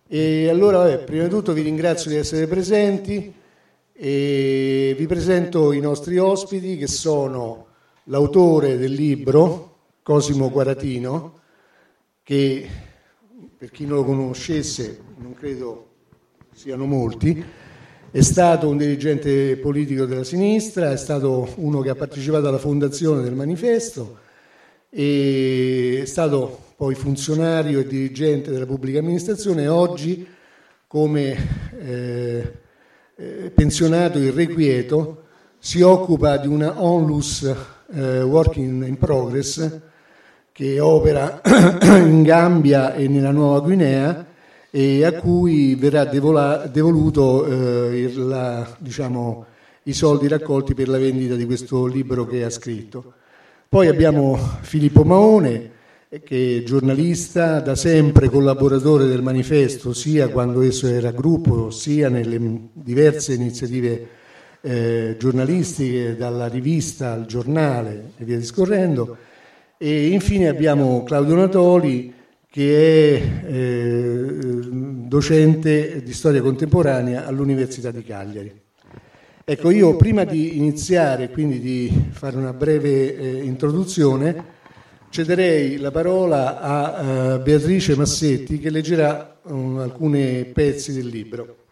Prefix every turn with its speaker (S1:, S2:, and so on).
S1: E allora, prima di tutto vi ringrazio di essere presenti e vi presento i nostri ospiti, che sono l'autore del libro, Cosimo Guaratino, che per chi non lo conoscesse, non credo siano molti, è stato un dirigente politico della sinistra, è stato uno che ha partecipato alla fondazione del Manifesto, e è stato poi funzionario e dirigente della pubblica amministrazione e oggi, come pensionato irrequieto, si occupa di una onlus working in progress che opera in Gambia e nella Nuova Guinea e a cui verrà devoluto i soldi raccolti per la vendita di questo libro che ha scritto. Poi abbiamo Filippo Maone, che è giornalista, da sempre collaboratore del Manifesto, sia quando esso era gruppo, sia nelle diverse iniziative giornalistiche, dalla rivista al giornale e via discorrendo. E infine abbiamo Claudio Natoli, che è docente di storia contemporanea all'Università di Cagliari. Ecco, io prima di iniziare, quindi di fare una breve introduzione, cederei la parola a Beatrice Massetti, che leggerà alcuni pezzi del libro.